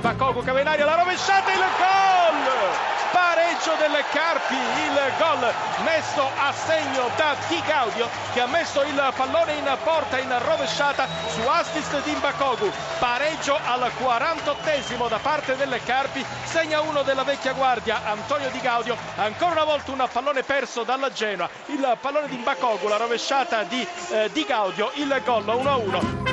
Bacogu che va in aria, la rovesciata, il gol! Pareggio del Carpi, il gol messo a segno da Di Gaudio che ha messo il pallone in porta in rovesciata su assist di Bacogu. Pareggio al 48esimo da parte del Carpi, segna uno della vecchia guardia, Antonio Di Gaudio. Ancora una volta un pallone perso dalla Genoa, il pallone di Bacogu, la rovesciata di Di Gaudio, il gol 1-1.